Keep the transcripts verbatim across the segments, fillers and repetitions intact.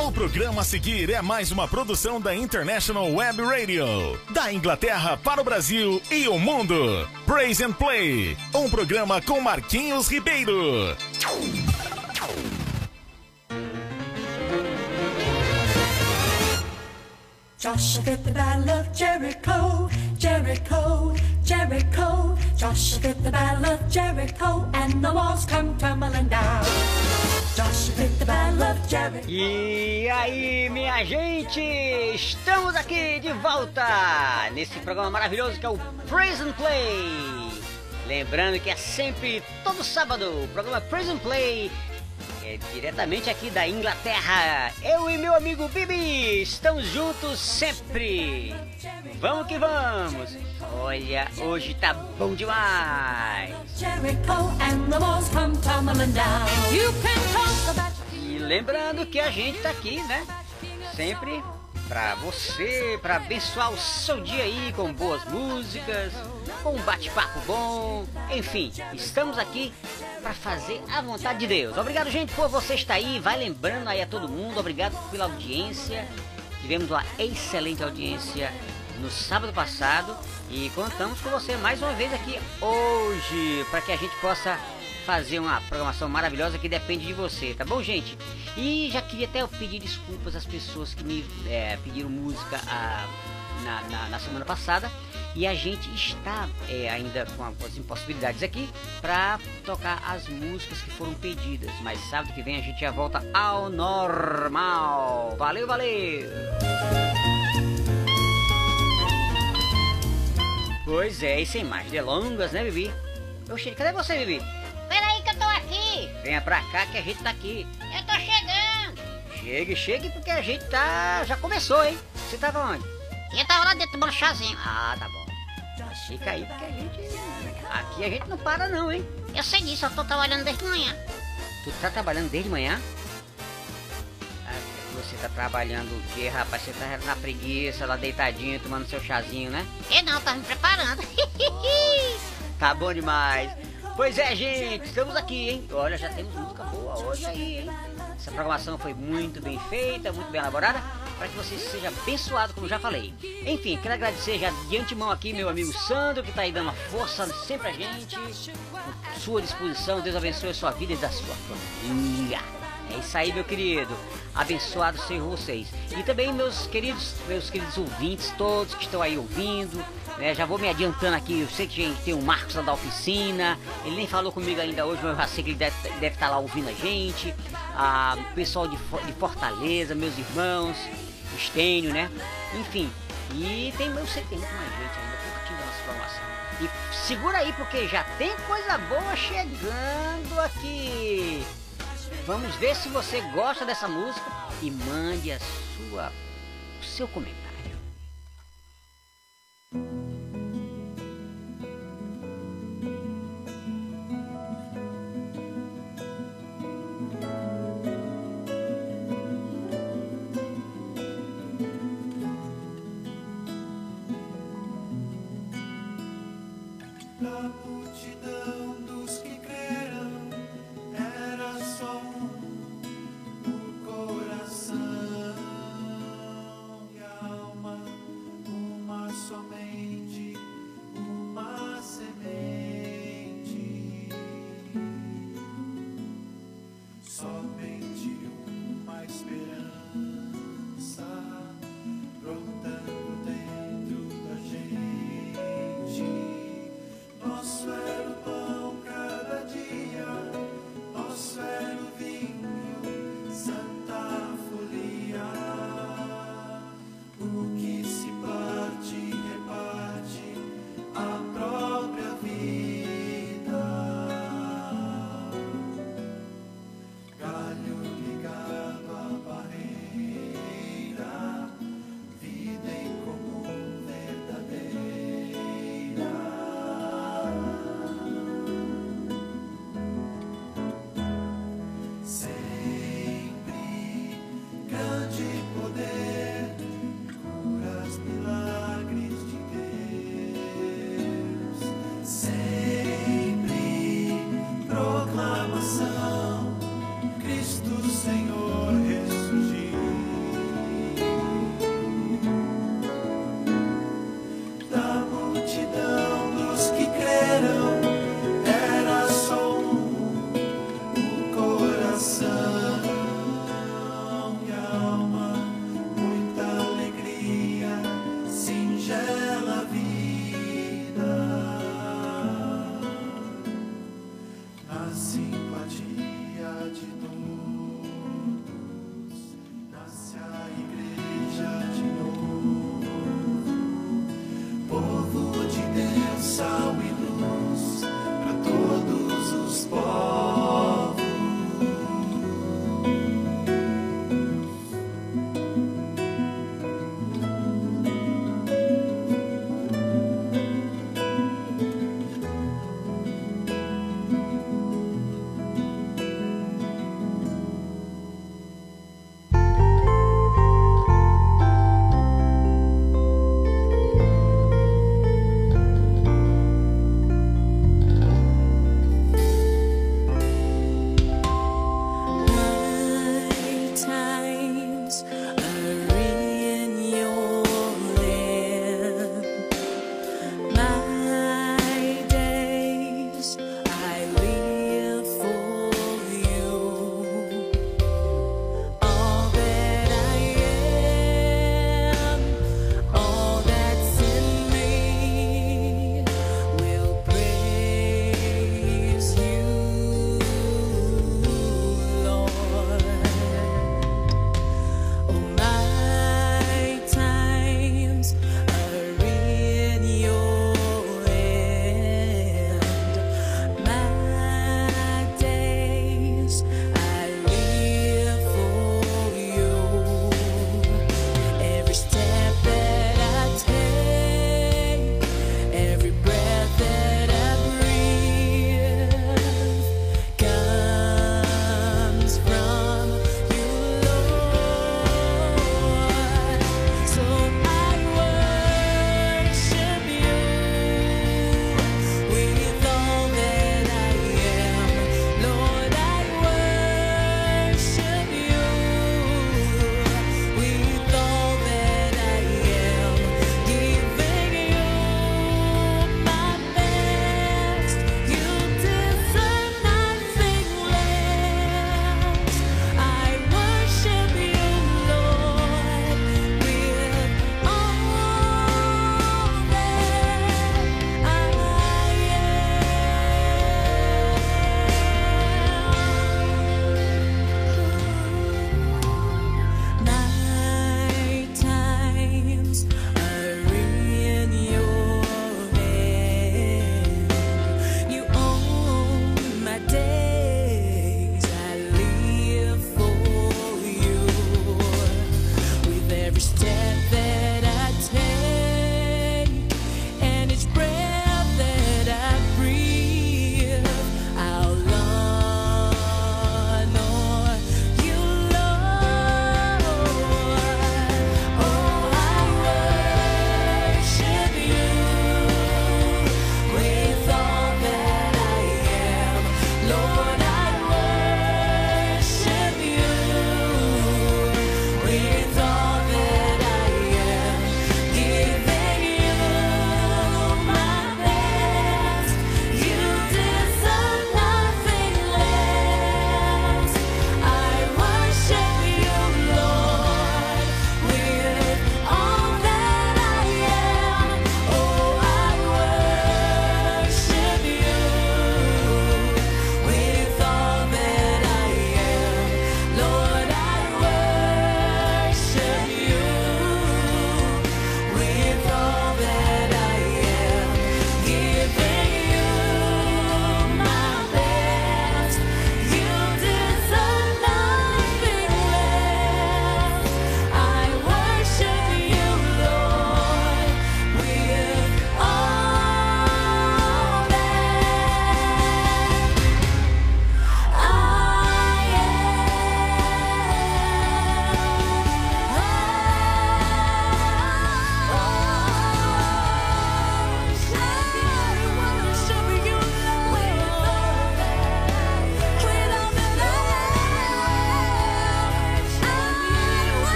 O programa a seguir é mais uma produção da International Web Radio, da Inglaterra para o Brasil e o mundo. Praise and Play, um programa com Marquinhos Ribeiro. Joshua did the battle of Jericho, Jericho, Jericho. Joshua did the battle of Jericho, and the walls come tumbling down. Joshua did the battle of Jericho. E aí, minha gente, estamos aqui de volta nesse programa maravilhoso que é o Praise and Play. Lembrando que é sempre todo sábado o programa Praise and Play. É diretamente aqui da Inglaterra. Eu e meu amigo Bibi estamos juntos sempre. Vamos que vamos. Olha, hoje tá bom demais. E lembrando que a gente tá aqui, né? Sempre pra você, pra abençoar o seu dia aí com boas músicas, com um bate-papo bom. Enfim, estamos aqui para fazer a vontade de Deus. Obrigado, gente, por você estar aí. Vai lembrando aí a todo mundo. Obrigado pela audiência. Tivemos uma excelente audiência no sábado passado e contamos com você mais uma vez aqui hoje para que a gente possa fazer uma programação maravilhosa que depende de você, tá bom, gente? E já queria até pedir desculpas às pessoas que me é, pediram música a, na, na, na semana passada. E a gente está é, ainda com as impossibilidades aqui para tocar as músicas que foram pedidas. Mas sábado que vem a gente já volta ao normal. Valeu, valeu! Pois é, e sem mais delongas, né, Bibi? Oxe, cadê você, Bibi? Peraí que eu tô aqui. Venha pra cá que a gente tá aqui. Eu tô chegando. Chegue, chegue porque a gente tá... já começou, hein? Você tava onde? Eu tava lá dentro tomando chazinho. Ah, tá bom. Fica aí porque a gente... aqui a gente não para não, hein? Eu sei disso, eu tô trabalhando desde manhã. Tu tá trabalhando desde manhã? Ah, você tá trabalhando o quê, rapaz? Você tá na preguiça, lá deitadinho, tomando seu chazinho, né? Eu não, eu tava me preparando. Tá bom demais. Pois é, gente, estamos aqui, hein? Olha, já temos música boa hoje aí, hein? Essa programação foi muito bem feita, muito bem elaborada, para que você seja abençoado, como já falei. Enfim, quero agradecer já de antemão aqui meu amigo Sandro, que tá aí dando uma força sempre a gente, com sua disposição. Deus abençoe a sua vida e da sua família. É isso aí, meu querido. Abençoado sejam vocês. E também meus queridos, meus queridos ouvintes, todos que estão aí ouvindo. É, já vou me adiantando aqui, eu sei que a gente tem o Marcos lá da oficina, ele nem falou comigo ainda hoje, mas eu já sei que ele deve, deve estar lá ouvindo a gente, ah, o pessoal de, de Fortaleza, meus irmãos, Estênio, né? Enfim, e tem, eu sei que tem muito mais gente ainda curtindo a nossa programação. E segura aí, porque já tem coisa boa chegando aqui. Vamos ver se você gosta dessa música e mande a sua, o seu comentário. Coração e a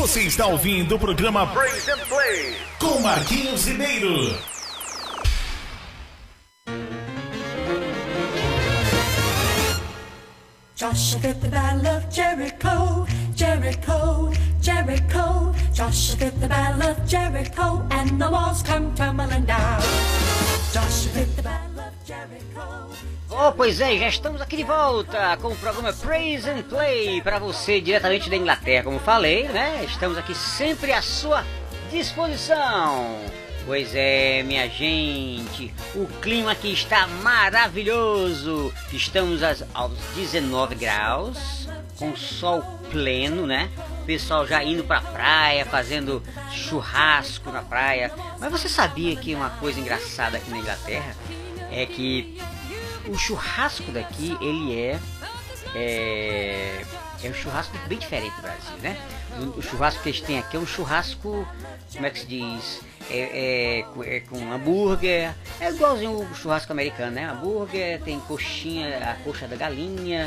Você está ouvindo o programa Praise and Play com Marquinhos Ribeiro. Joshua fit the battle of Jericho, Jericho, Jericho. Joshua fit the battle of Jericho, and the walls come tumbling down. Joshua fit the battle of Jericho. Oh, pois é, já estamos aqui de volta com o programa Praise and Play para você diretamente da Inglaterra, como falei, né? Estamos aqui sempre à sua disposição. Pois é, minha gente, o clima aqui está maravilhoso. Estamos aos dezenove graus, com sol pleno, né? O pessoal já indo pra praia, fazendo churrasco na praia. Mas você sabia que uma coisa engraçada aqui na Inglaterra é que o churrasco daqui, ele é, é, é um churrasco bem diferente do Brasil, né? O, o churrasco que eles têm aqui é um churrasco, como é que se diz? É, é, é com hambúrguer, é igualzinho o churrasco americano, né? Hambúrguer, tem coxinha, a coxa da galinha,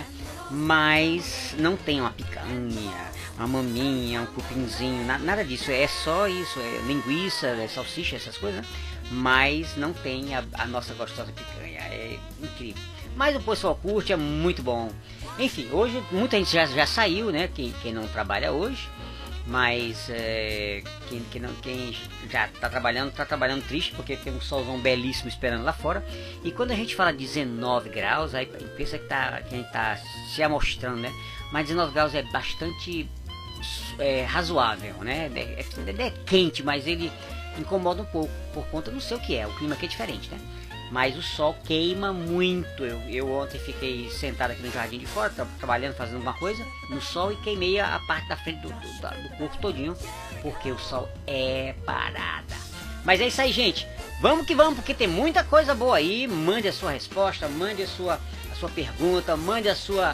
mas não tem uma picanha, uma maminha, um cupinzinho, na, nada disso, é só isso, é linguiça, é salsicha, essas coisas, né? Mas não tem a, a nossa gostosa picanha, é incrível. Mas o pessoal curte, é muito bom. Enfim, hoje muita gente já, já saiu, né? Quem, quem não trabalha hoje. Mas é, quem, quem, não, quem já está trabalhando, está trabalhando triste, porque tem um solzão belíssimo esperando lá fora. E quando a gente fala dezenove graus, aí pensa que, tá, que a gente está se amostrando, né? Mas dezenove graus é bastante é, razoável, né? É, é, é quente, mas ele incomoda um pouco, por conta, não sei o que é, o clima aqui é diferente, né? Mas o sol queima muito. Eu, eu ontem fiquei sentado aqui no jardim de fora, trabalhando, fazendo alguma coisa no sol, e queimei a, a parte da frente do, do, do corpo todinho, porque o sol é parada. Mas é isso aí, gente. Vamos que vamos, porque tem muita coisa boa aí. Mande a sua resposta, mande a sua, a sua pergunta, mande a sua...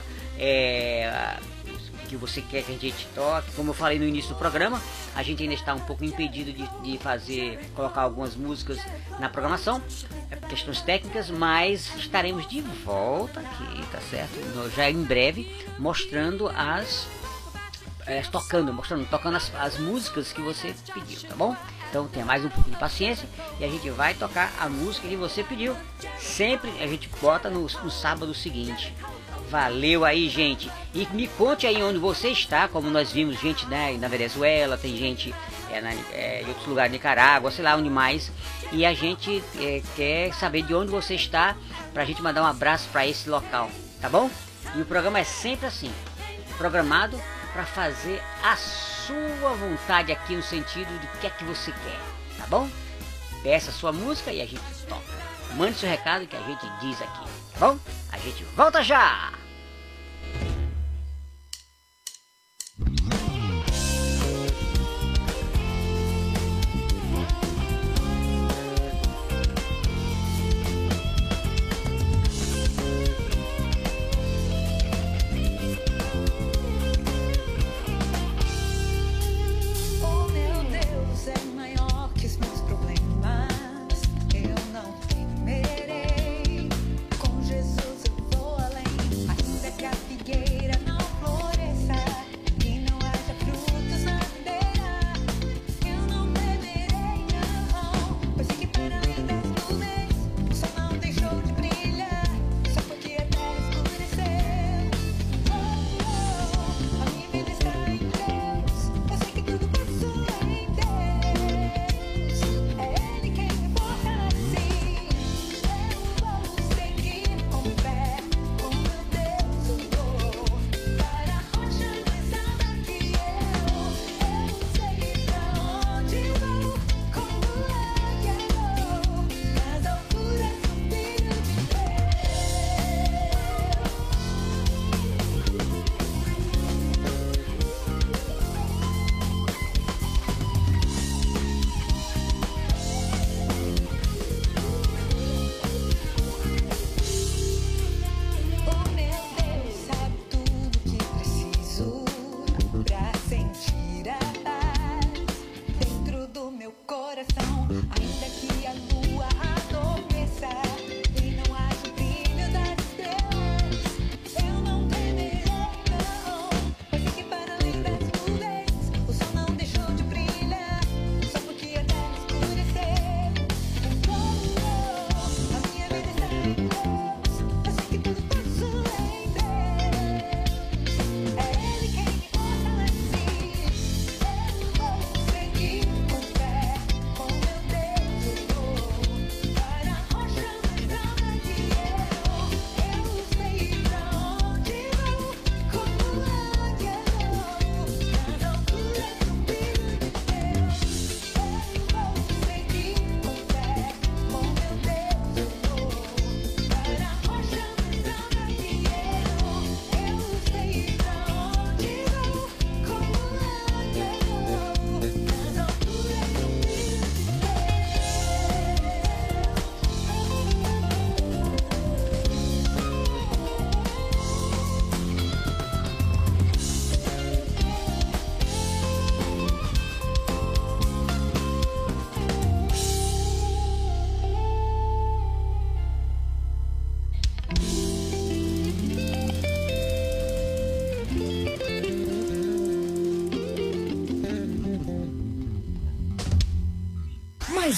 É, que você quer que a gente toque. Como eu falei no início do programa, a gente ainda está um pouco impedido de, de fazer, colocar algumas músicas na programação, é por questões técnicas, mas estaremos de volta aqui, tá certo? Já em breve, mostrando as, é, tocando, mostrando, tocando as, as músicas que você pediu, tá bom? Então tenha mais um pouco de paciência e a gente vai tocar a música que você pediu. Sempre a gente bota no, no sábado seguinte. Valeu aí, gente. E me conte aí onde você está, como nós vimos gente, né, na Venezuela, tem gente é, na, é, em outros lugares, Nicarágua, sei lá onde mais. E a gente é, quer saber de onde você está, pra gente mandar um abraço para esse local, tá bom? E o programa é sempre assim, programado para fazer a sua vontade aqui, no sentido de o que é que você quer, tá bom? Peça a sua música e a gente toca. Mande seu recado que a gente diz aqui, tá bom? A gente volta já! Oh meu Deus, é maior que os meus problemas. Eu não temerei. Com Jesus eu vou além. A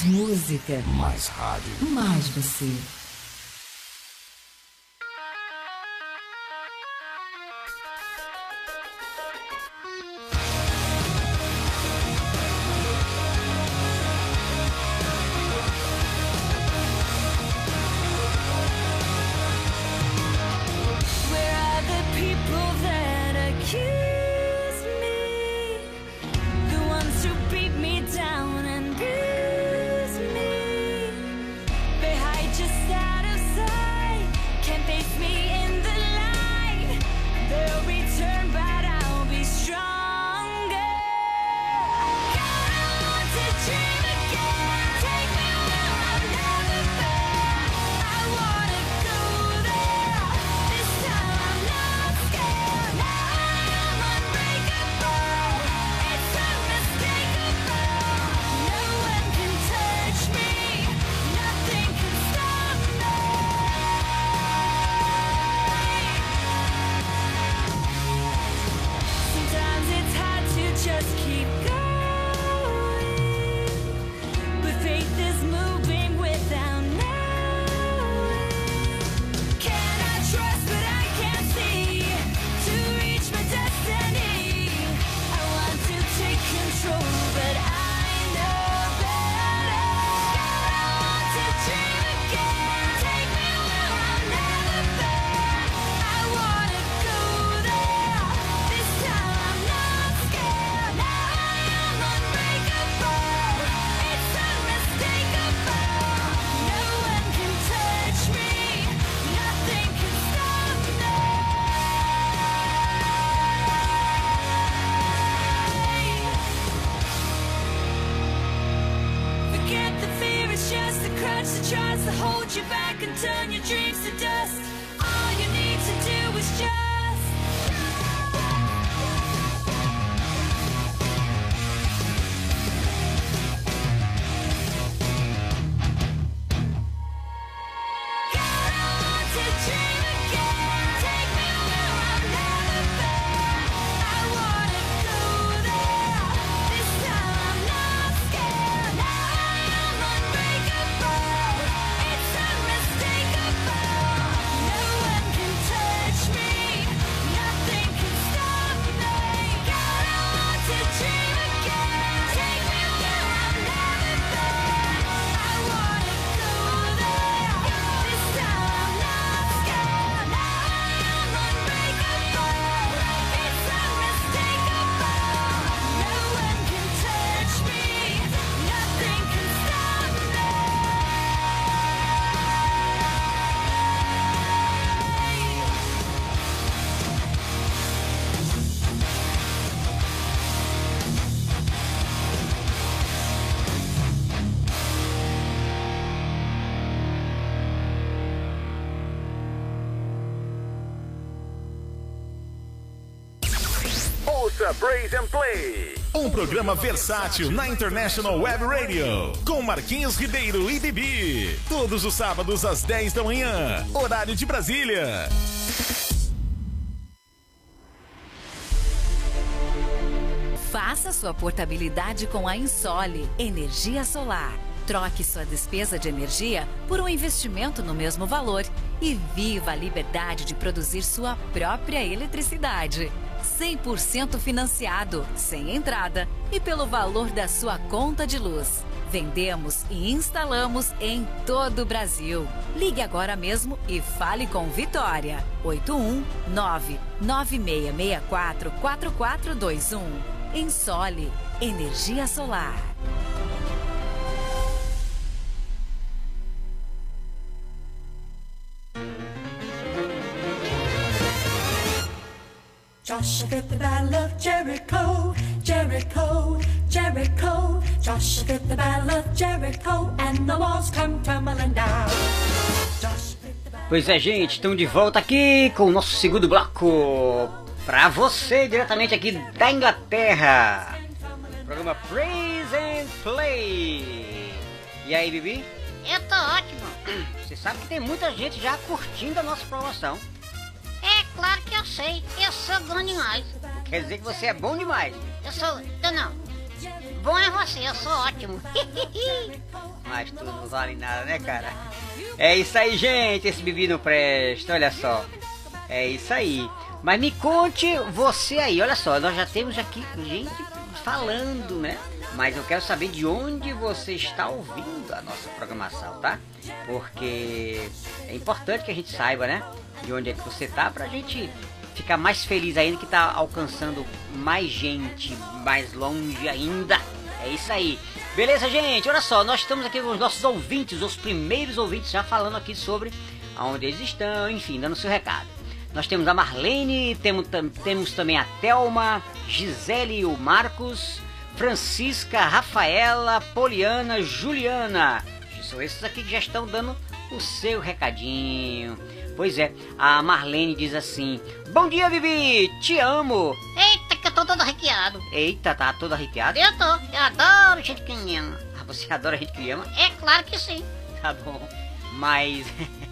música. Mais rádio. Mais você. Praise and Play, um programa versátil na International Web Radio, com Marquinhos Ribeiro e Bibi, todos os sábados às dez da manhã, horário de Brasília. Faça sua portabilidade com a Insole Energia Solar. Troque sua despesa de energia por um investimento no mesmo valor e viva a liberdade de produzir sua própria eletricidade. cem por cento financiado, sem entrada e pelo valor da sua conta de luz. Vendemos e instalamos em todo o Brasil. Ligue agora mesmo e fale com Vitória. oito um nove nove seis seis quatro quatro quatro dois um. Insole Energia Solar. Joshua fit the battle of Jericho, Jericho, Jericho. Joshua fit the battle of Jericho, and the walls come tumbling down. Pois é, gente, estamos de volta aqui com o nosso segundo bloco pra você, diretamente aqui da Inglaterra. Programa Praise and Play. E aí, Bibi? Eu tô ótimo. Você sabe que tem muita gente já curtindo a nossa promoção. É claro que eu sei, eu sou bom demais. Quer dizer que você é bom demais. Eu sou, eu não, Bom é você, eu sou ótimo. Mas tudo não vale nada, né, cara? É isso aí, gente. Esse Bibi não presta, olha só. É isso aí. Mas me conte você aí, olha só. Nós já temos aqui gente falando, né? Mas eu quero saber de onde você está ouvindo a nossa programação, tá? Porque é importante que a gente saiba, né? De onde é que você tá, pra gente ficar mais feliz ainda, que tá alcançando mais gente, mais longe ainda. É isso aí. Beleza, gente? Olha só, nós estamos aqui com os nossos ouvintes, os primeiros ouvintes, já falando aqui sobre aonde eles estão, enfim, dando seu recado. Nós temos a Marlene, temos, temos também a Thelma, Gisele, o Marcos, Francisca, Rafaela, Poliana, Juliana. São esses aqui que já estão dando o seu recadinho. Pois é, a Marlene diz assim: bom dia, Bibi, te amo. Eita, que eu tô todo arrepiado. Eita, tá todo arrepiado? Eu tô, eu adoro gente que me ama. Ah, você adora gente que lhe ama? É claro que sim. Tá bom, mas...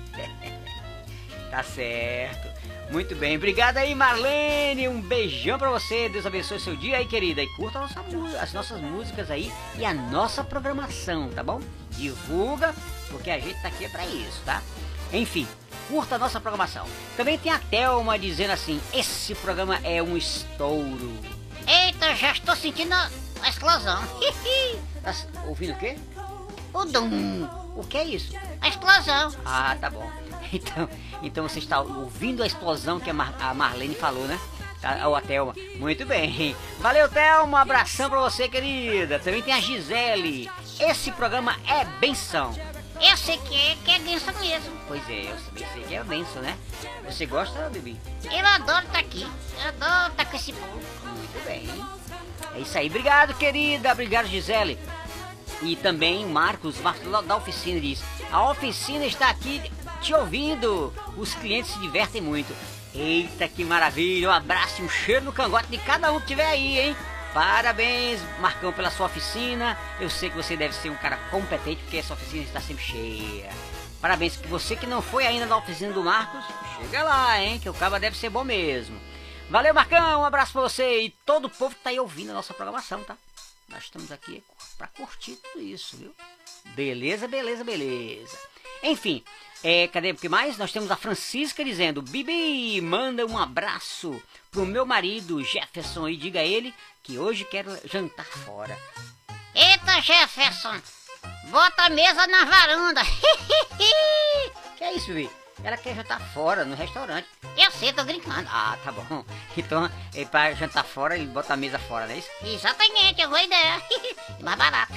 tá certo. Muito bem, obrigado aí, Marlene, um beijão pra você, Deus abençoe seu dia aí, querida, e curta a nossa, as nossas músicas aí e a nossa programação, tá bom? Divulga, porque a gente tá aqui pra isso, tá? Enfim, curta a nossa programação. Também tem a Thelma dizendo assim: esse programa é um estouro. Eita, já estou sentindo a explosão. Tá ouvindo o quê? O dum. O que é isso? A explosão. Ah, tá bom. Então, então você está ouvindo a explosão que a, Mar a Marlene falou, né? Ou a Thelma. Muito bem. Valeu, Thelma. Um abração pra você, querida. Também tem a Gisele. Esse programa é benção. Eu sei que é, que é benção mesmo. Pois é, eu também sei que é benção, né? Você gosta, Bibi? Eu adoro estar aqui. Eu adoro estar com esse povo. Muito bem. É isso aí. Obrigado, querida. Obrigado, Gisele. E também Marcos, Marcos da oficina diz: a oficina está aqui te ouvindo. Os clientes se divertem muito. Eita, que maravilha. Um abraço e um cheiro no cangote de cada um que tiver aí, hein? Parabéns, Marcão, pela sua oficina. Eu sei que você deve ser um cara competente, porque essa oficina está sempre cheia. Parabéns, que você que não foi ainda na oficina do Marcos, chega lá, hein? Que o cabo deve ser bom mesmo. Valeu, Marcão, um abraço pra você e todo o povo que tá aí ouvindo a nossa programação, tá? Nós estamos aqui pra curtir tudo isso, viu? Beleza, beleza, beleza. Enfim, é, cadê o que mais? Nós temos a Francisca dizendo: Bibi, manda um abraço pro meu marido Jefferson e diga a ele que hoje quero jantar fora. Eita, Jefferson, bota a mesa na varanda. Que é isso, Bibi? Ela quer jantar fora, no restaurante. Eu sei, tô brincando. Ah, tá bom. Então, é pra jantar fora, ele bota a mesa fora, não é isso? Exatamente, é boa ideia. É mais barato.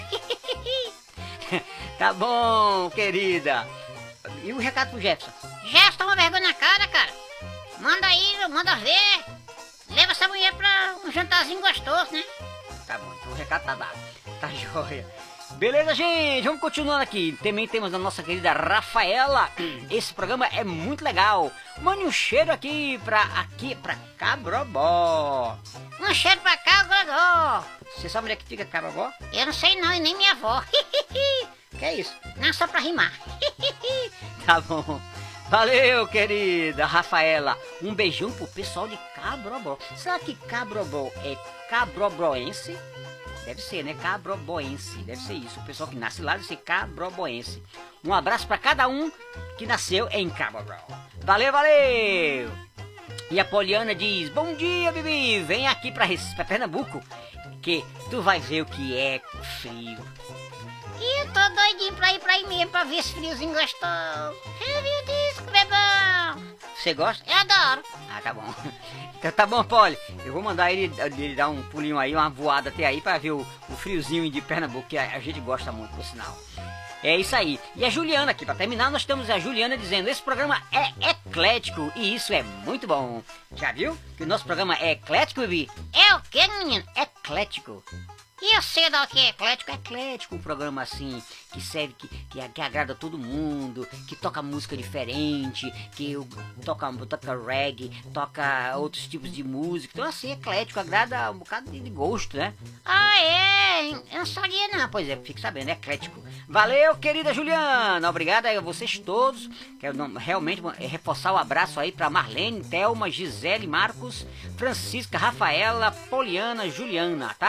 Tá bom, querida. E o recado pro Jefferson? Jefferson, uma vergonha na cara, cara. Manda aí, manda ver. Leva essa mulher pra um jantarzinho gostoso, né? Tá bom, então o recado tá dado. Tá joia. Beleza, gente? Vamos continuando aqui. Também temos a nossa querida Rafaela. Esse programa é muito legal. Mande um cheiro aqui pra aqui, pra Cabrobó. Um cheiro pra Cabrobó. Você sabe onde é que fica Cabrobó? Eu não sei não, e nem minha avó. Que é isso? Não, só pra rimar. Tá bom. Valeu, querida Rafaela. Um beijão pro pessoal de Cabrobó. Será que Cabrobó é cabrobroense? Deve ser, né? Cabroboense. Deve ser isso. O pessoal que nasce lá deve ser cabroboense. Um abraço pra cada um que nasceu em Cabrobó. Valeu, valeu! E a Poliana diz: bom dia, Bibi. Vem aqui pra, pra Pernambuco, que tu vai ver o que é frio. E eu tô doidinho pra ir pra aí mesmo, pra ver esse friozinho gostoso. Eu vi o disco, como é bom. Você gosta? Eu adoro. Ah, tá bom. Então tá bom, Poli. Eu vou mandar ele, ele dar um pulinho aí, uma voada até aí pra ver o, o friozinho de Pernambuco, que a, a gente gosta muito, por sinal. É isso aí. E a Juliana aqui, pra terminar, nós temos a Juliana dizendo: esse programa é eclético e isso é muito bom. Já viu que o nosso programa é eclético, Bibi? É o quê, menino? Eclético. E eu sei lá o que é eclético? Eclético, um programa assim, que serve, que, que, que agrada todo mundo, que toca música diferente, que toca, toca reggae, toca outros tipos de música. Então assim, eclético, agrada um bocado de, de gosto, né? Ah, é? Eu não sabia não. Pois é, fique sabendo, é eclético. Valeu, querida Juliana, obrigado a vocês todos. Quero realmente reforçar o abraço aí pra Marlene, Thelma, Gisele, Marcos, Francisca, Rafaela, Poliana, Juliana, tá?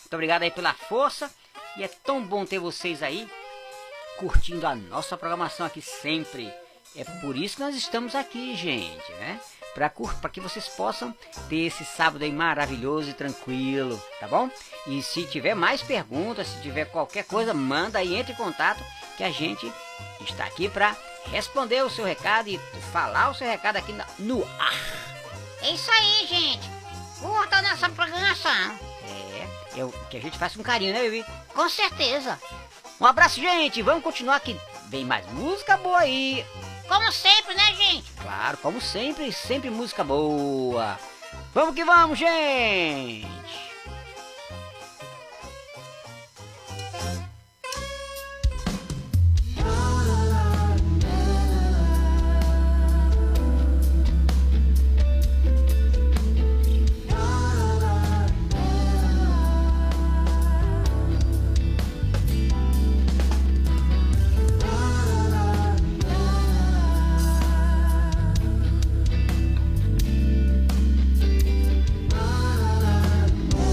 Muito obrigado aí pela força. E é tão bom ter vocês aí curtindo a nossa programação aqui sempre. É por isso que nós estamos aqui, gente, né? Para que vocês possam ter esse sábado aí maravilhoso e tranquilo, tá bom? E se tiver mais perguntas, se tiver qualquer coisa, manda aí, entre em contato, que a gente está aqui para responder o seu recado e falar o seu recado aqui no ar. É isso aí, gente. Curta a nossa programação. É, é o que a gente faz com carinho, né, Vivi? Com certeza. Um abraço, gente. Vamos continuar aqui. Vem mais música boa aí. Como sempre, né, gente? Claro, como sempre, sempre música boa. Vamos que vamos, gente. Oh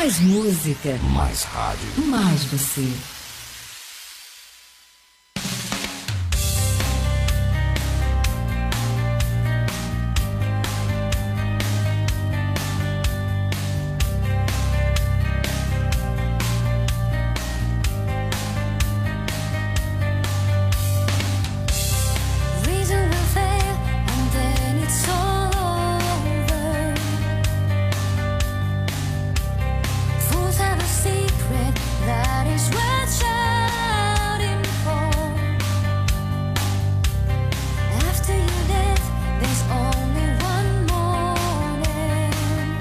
Mais música. Mais rádio. Mais você. That is worth shouting for. After your death, there's only one morning.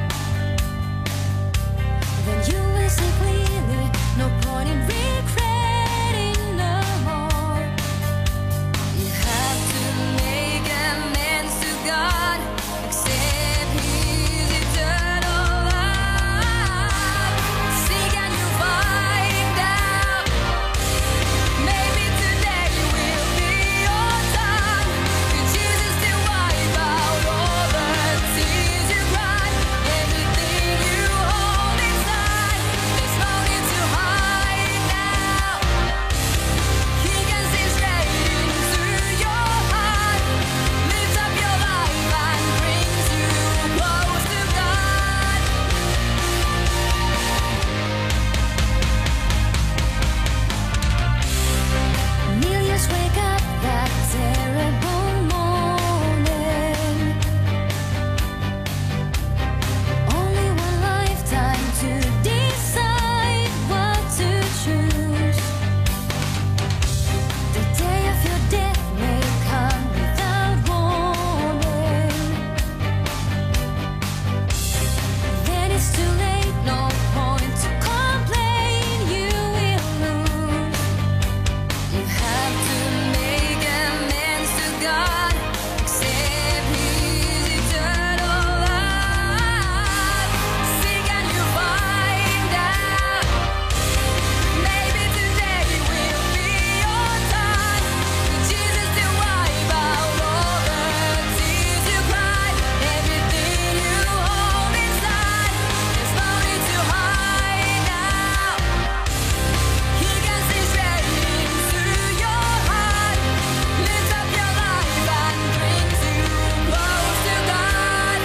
Then you will see clearly, no point in regretting no more. You have to make amends to God, accept His eternal love. Seek and you find out. Maybe today will be your time. Could Jesus still wipe out all the tears you cried? Everything you hold inside, there's no need to hide now. He can see straight into your heart, lifts up your life and brings you close to God. Millions wake up that terrible morning. Only one lifetime to decide what to choose. The day of your death may come without warning. Then it's too late, no point to complain, you will lose. You have to make amends to God, accept His eternal love. Seek and you find out. Maybe today will be your time. Could Jesus still wipe out all the tears you cried? Everything you hold inside, there's no need to hide now. He can see straight into your heart, lifts up your life and brings you close to God.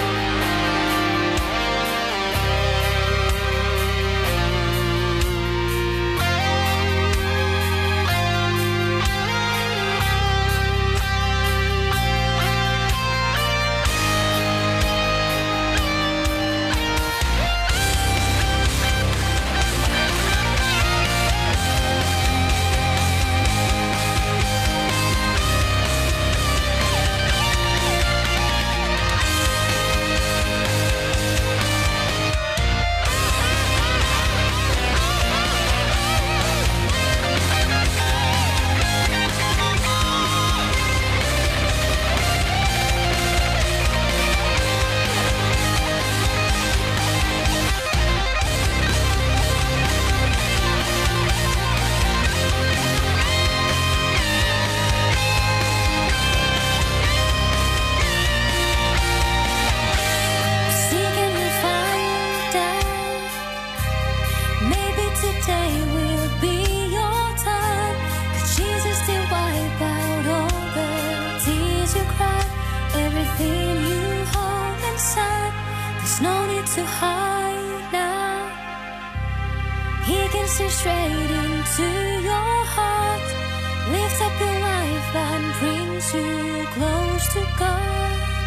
Seek and you find out. Maybe today will be your time. Could Jesus still wipe out all the tears you cried? Everything you hold inside, there's no need to hide now. He can see straight into your heart, lifts up your life and brings you close to God.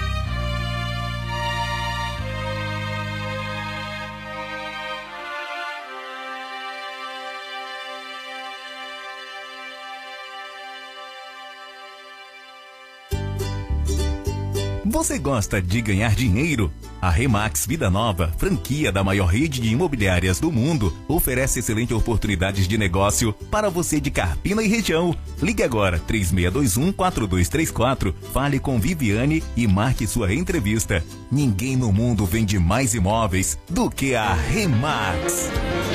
Você gosta de ganhar dinheiro? A Remax Vida Nova, franquia da maior rede de imobiliárias do mundo, oferece excelentes oportunidades de negócio para você de Carpina e região. Ligue agora três seis dois um, quatro dois três quatro, fale com Viviane e marque sua entrevista. Ninguém no mundo vende mais imóveis do que a Remax.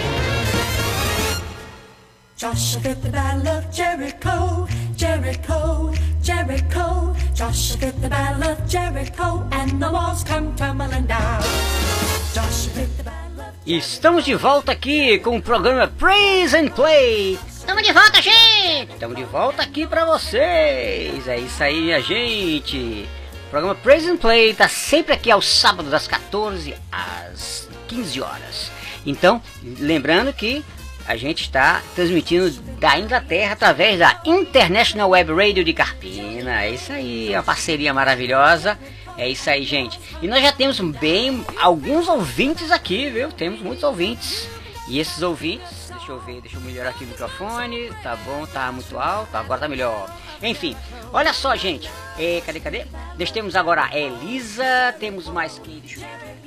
Joshua fit the battle of Jericho, Jericho, Jericho. Joshua fit the battle of Jericho, and the walls come tumbling down. Joshua fit the battle of Estamos de volta aqui com o programa Praise and Play. Tamo de volta, gente! Estamos de volta aqui pra vocês. É isso aí, minha gente. O programa Praise and Play tá sempre aqui aos sábados, das quatorze às quinze horas. Então, lembrando que a gente está transmitindo da Inglaterra através da International Web Radio de Carpina. É isso aí, uma parceria maravilhosa. É isso aí, gente. E nós já temos bem alguns ouvintes aqui, viu? Temos muitos ouvintes. E esses ouvintes, deixa eu ver, deixa eu melhorar aqui o microfone. Tá bom, tá muito alto, agora tá melhor. Enfim, olha só, gente. É, cadê, cadê? Nós temos agora a Elisa, temos mais que... Deixa eu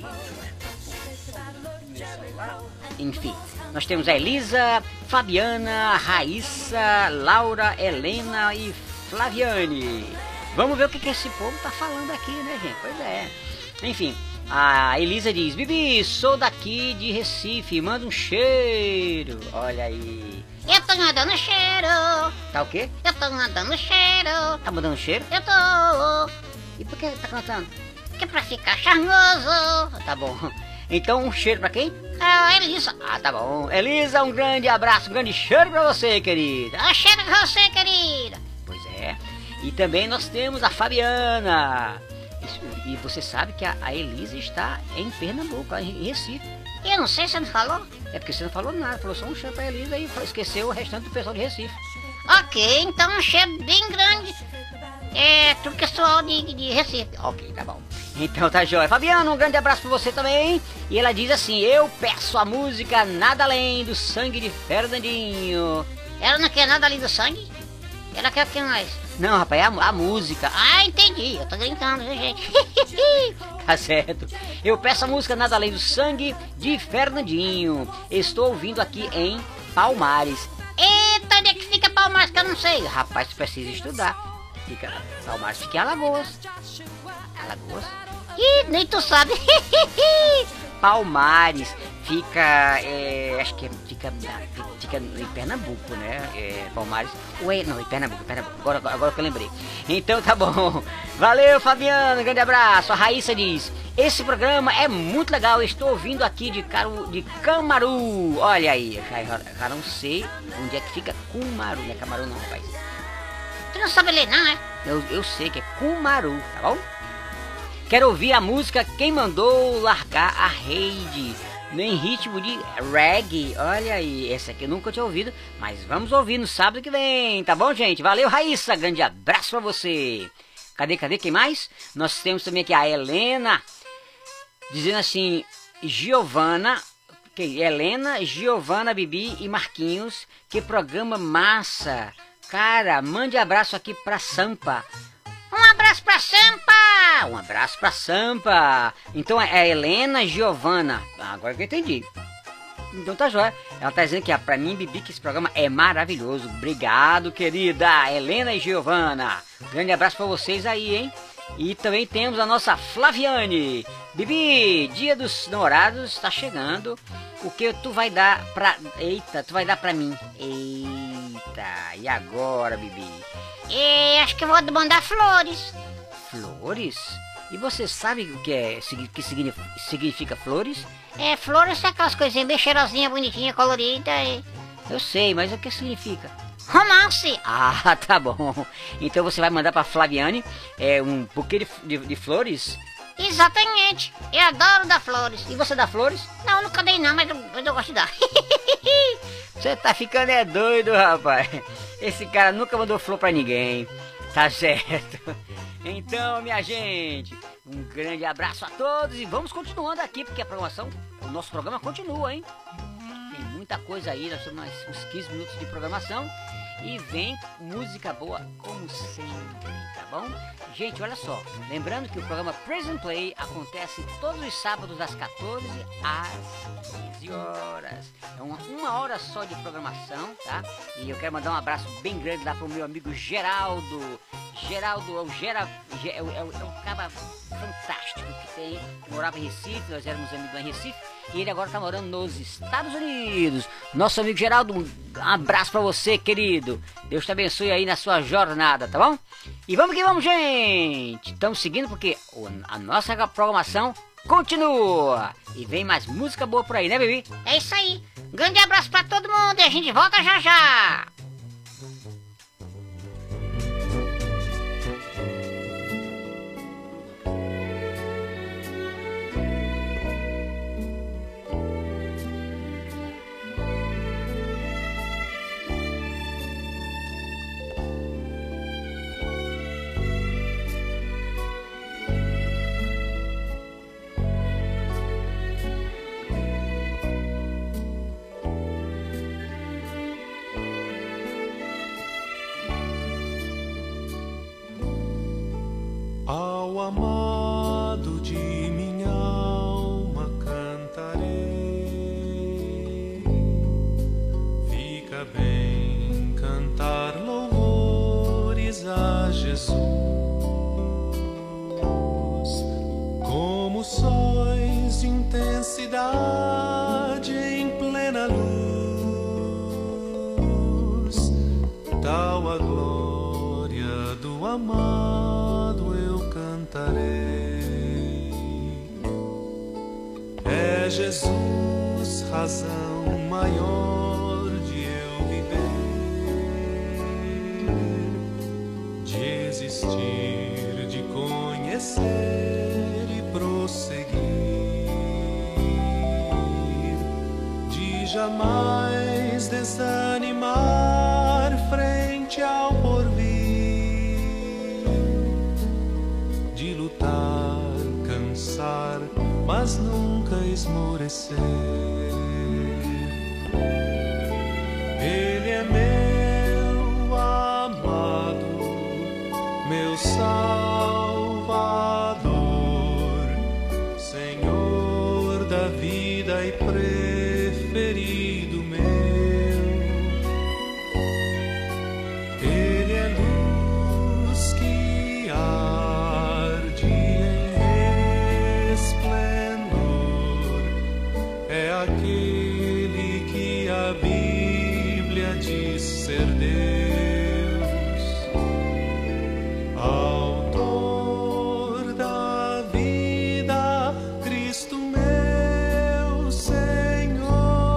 ver. Enfim, nós temos a Elisa, Fabiana, Raíssa, Laura, Helena e Flaviane. Vamos ver o que, que esse povo tá falando aqui, né, gente? Pois é. Enfim, a Elisa diz: Bibi, sou daqui de Recife, manda um cheiro. Olha aí. Eu tô mandando cheiro. Tá o quê? Eu tô mandando cheiro. Tá mandando cheiro? Eu tô. E por que tá cantando? Que é pra ficar charmoso. Tá bom. Então, um cheiro pra quem? Ah, Elisa. Ah, tá bom. Elisa, um grande abraço, um grande cheiro pra você, querida. Ah, cheiro pra você, querida. Pois é. E também nós temos a Fabiana. Isso, e você sabe que a, a Elisa está em Pernambuco, em Recife. Eu não sei se você não falou. É porque você não falou nada, falou só um cheiro pra Elisa e esqueceu o restante do pessoal de Recife. Ok, então um cheiro bem grande. É, tudo pessoal de, de Recife. Ok, tá bom. Então tá jóia. Fabiana, um grande abraço pra você também. E ela diz assim: eu peço a música Nada Além do Sangue de Fernandinho. Ela não quer nada além do sangue? Ela quer o que mais? Não, rapaz, é a, a música. Ah, entendi. Eu tô brincando, viu, gente? Tá certo. Eu peço a música Nada Além do Sangue de Fernandinho. Estou ouvindo aqui em Palmares. Eita, onde é que fica Palmares que eu não sei? Rapaz, tu precisa estudar. Fica, Palmares fica em Alagoas. Alagoas? Ih, nem tu sabe. Palmares fica, é, acho que é, fica, fica em Pernambuco, né? É, Palmares, ué, não, em Pernambuco, Pernambuco. Agora, agora que eu lembrei. Então tá bom. Valeu, Fabiano, grande abraço. A Raíssa diz: esse programa é muito legal, estou ouvindo aqui de, Caru, de Camaru. Olha aí, eu já, já não sei onde é que fica Cumaru, não é Camaru não, rapaz. Tu não sabe ler não, é? Eu, eu sei que é Cumaru, tá bom? Quero ouvir a música Quem Mandou Largar a Rede, em ritmo de reggae. Olha aí, essa aqui eu nunca tinha ouvido, mas vamos ouvir no sábado que vem, tá bom, gente? Valeu, Raíssa, grande abraço pra você. Cadê, cadê, quem mais? Nós temos também aqui a Helena, dizendo assim: Giovana, que, Helena, Giovana, Bibi e Marquinhos, que programa massa. Cara, mande abraço aqui pra Sampa. Um abraço pra Sampa! Um abraço pra Sampa. Então é a Helena Giovana. Agora que eu entendi. Então tá jóia. Ela tá dizendo que pra mim, Bibi, que esse programa é maravilhoso. Obrigado, querida Helena e Giovana. Grande abraço pra vocês aí, hein? E também temos a nossa Flaviane. Bibi, dia dos namorados tá chegando. O que tu vai dar pra... Eita, tu vai dar pra mim. Eita, e agora, Bibi? E acho que eu vou mandar flores. Flores? E você sabe o que é, que significa, significa flores? É, flores são aquelas coisinhas bem cheirosinhas, bonitinhas, coloridas. E... eu sei, mas o que significa? Romance. Ah, tá bom. Então você vai mandar pra Flaviane é, um buquê de, de, de flores? Exatamente. Eu adoro dar flores. E você dá flores? Não, eu nunca dei não, mas eu, mas eu gosto de dar. Você tá ficando é doido, rapaz. Esse cara nunca mandou flor pra ninguém. Tá certo. Então, minha gente, um grande abraço a todos e vamos continuando aqui, porque a programação, o nosso programa continua, hein? Tem muita coisa aí, nós temos uns quinze minutos de programação e vem música boa como sempre, tá bom? Gente, olha só, lembrando que o programa Praise and Play acontece todos os sábados das quatorze às quinze horas. É uma, uma hora só de programação, tá? E eu quero mandar um abraço bem grande lá pro meu amigo Geraldo. Geraldo é o Gera, é, o, é, o, é um cara fantástico que tem, que morava em Recife, nós éramos amigos lá em Recife, e ele agora tá morando nos Estados Unidos. Nosso amigo Geraldo, um abraço pra você, querido. Deus te abençoe aí na sua jornada, tá bom? E vamos que vamos, gente! Estamos seguindo porque a nossa programação continua. E vem mais música boa por aí, né, bebê? É isso aí. Grande abraço pra todo mundo e a gente volta já já. Ao amado de minha alma cantarei. Fica bem cantar louvores a Jesus, como sóis de intensidade em plena luz, tal a glória do amado eu cantarei. É Jesus razão maior de eu viver, de existir, de conhecer e prosseguir, de jamais desanimar frente ao porvir, de lutar, cansar, mas nunca esmorecer. Ele é meu amado, meu Salvador, Senhor da vida e preferido meu. Ele é luz que arde em resplendor, é aquele que a Bíblia diz ser Deus, autor da vida, Cristo meu Senhor,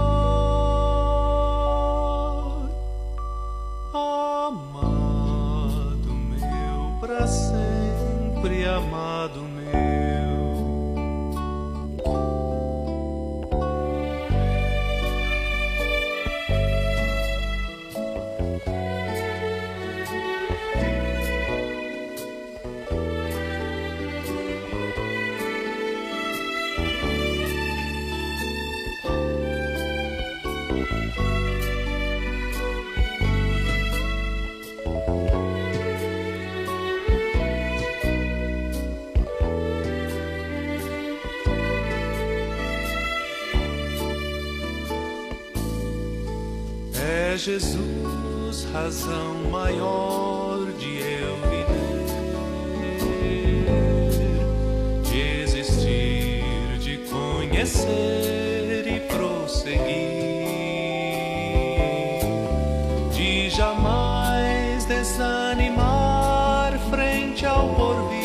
amado meu, pra sempre amado meu. É Jesus razão maior de eu viver, de existir, de conhecer e prosseguir, de jamais desanimar frente ao porvir,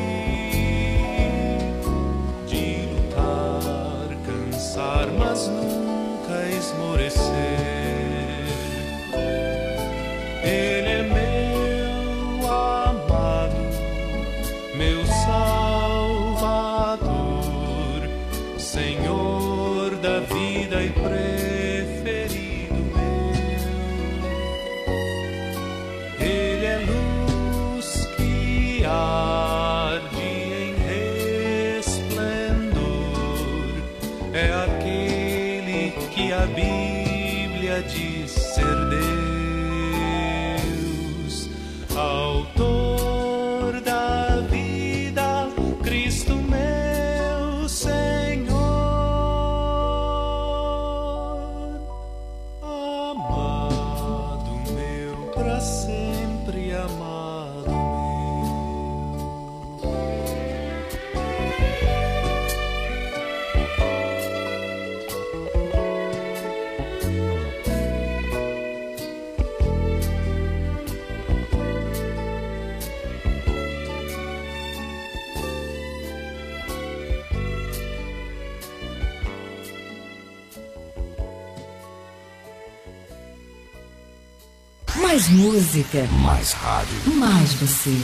de lutar, cansar, mas nunca esmorecer. Ele é meu amado, meu Salvador, Senhor da vida e preferido meu. Ele é luz que arde em resplendor, é aquele que a Bíblia diz ser Deus, autor da vida, Cristo meu Senhor, Mais música. Mais rádio. Mais você.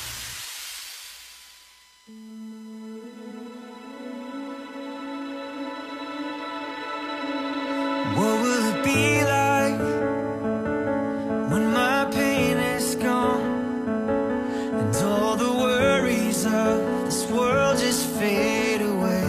What will it be like when my pain is gone and all the worries of this world just fade away?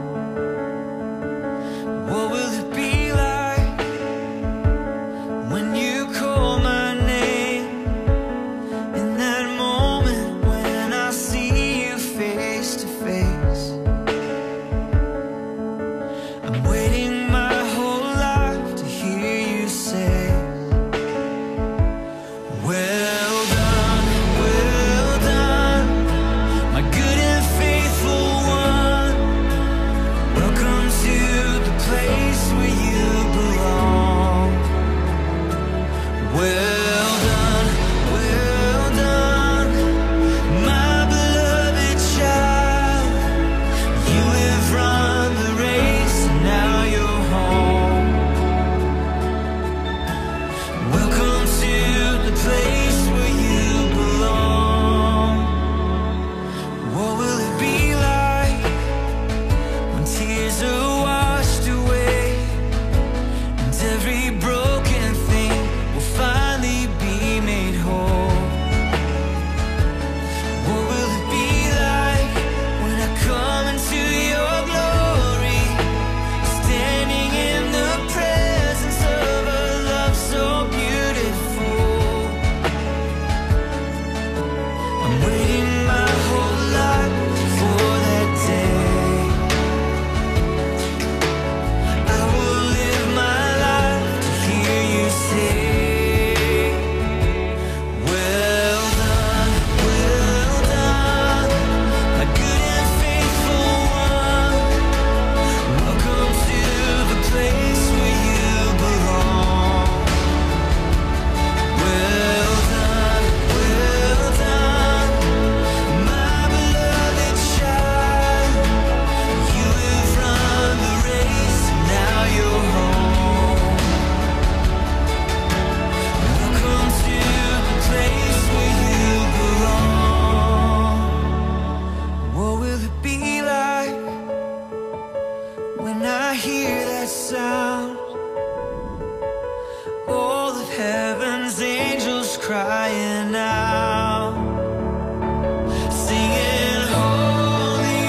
What will it be like when you call my name in that moment when I see you face to face? I'm waiting my whole life to hear you say, well done, well done, my good and faithful one. Welcome to the place where you belong. Well done, well done, my beloved child. You have run the race and now you're home. Welcome to the place where you belong. What will it be like when tears are washed away and every broken thing will finally be made whole? What will it be like when I come into your glory, standing in the presence of a love so beautiful? I'm waiting my whole life for that day. I will live my life to hear you say, well done, well done, my good and faithful one. Welcome to the place where you belong. Well done, well done, my beloved child. You have run the race and now you're home. Welcome to the place where you belong. What will it be like when I hear that sound? All of heaven's angels crying out, singing holy,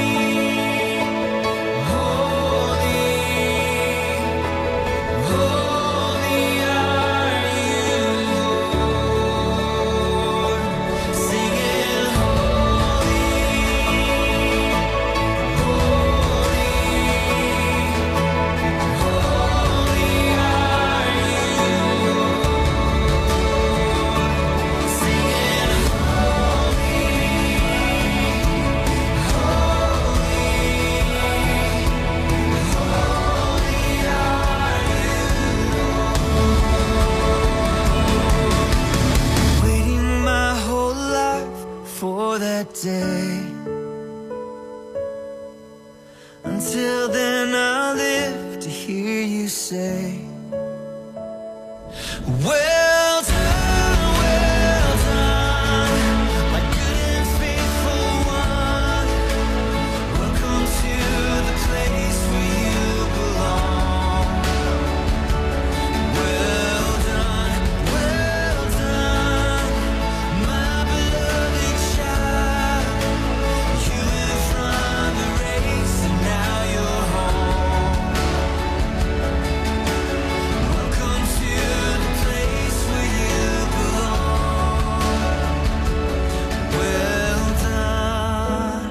holy, holy are you, Lord. Singing holy, holy, holy are you, Lord. Singing waiting my whole life for that day. Until then I'll live to hear you say, well done, well done, my good and faithful one. Welcome to the place where you belong. Well done, well done, my beloved child. You have run the race and now you're home. Welcome to the place where you belong. Well done.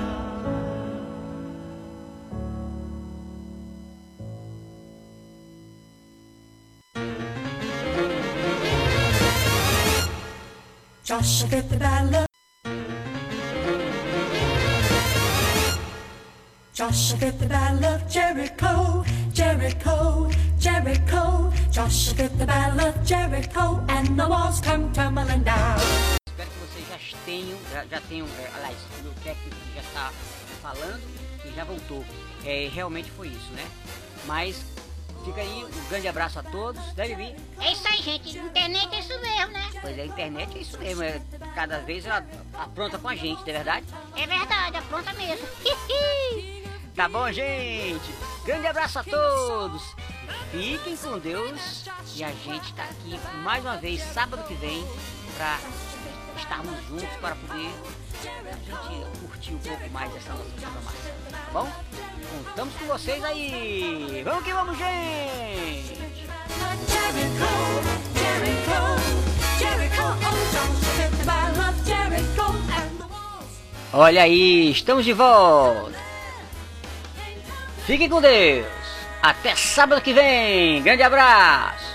Joshua fit the battle of Joshua fit the battle of Jericho, Jericho, Jericho. Joshua fit the battle of Jericho, and the walls come tumbling down. Espero que vocês já tenham, já, já tenham, é, aliás, o meu técnico já está falando e já voltou. É, realmente foi isso, né? Mas Fica aí, um grande abraço a todos, né, Vivi? É isso aí, gente. Internet é isso mesmo, né? Pois é, a internet é isso mesmo, é, cada vez ela apronta com a gente, não é verdade? É verdade, apronta mesmo. Tá bom, gente? Grande abraço a todos. Fiquem com Deus. E a gente tá aqui mais uma vez, sábado que vem, pra estarmos juntos, para poder a gente curtir um pouco mais dessa nossa programação. Tá bom? Contamos com vocês aí. Vamos que vamos, gente! Jericho, Jericho, Jericho, oh, don't forget the battle of Jericho and the walls. Olha aí, estamos de volta. Fiquem com Deus. Até sábado que vem. Grande abraço.